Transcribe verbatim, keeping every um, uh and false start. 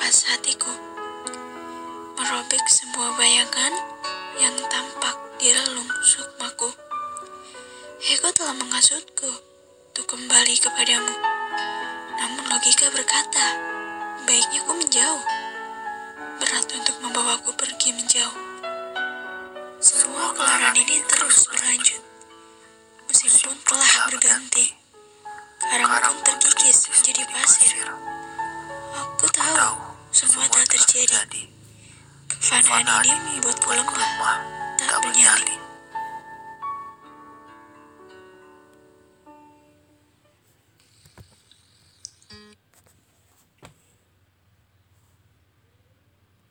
nafas hatiku, merobek semua bayangan yang tampak di relung sukmaku. Ego telah menghasutku untuk kembali kepadamu, namun logika berkata, baiknya ku menjauh. Berat untuk membawaku pergi menjauh. Semua kelaran ini terus berlanjut. Musim pun telah berganti. Karang pun terkikis menjadi pasir. Aku tahu semua telah terjadi. Kefanaan ini membuatku lemah, tak bernyali.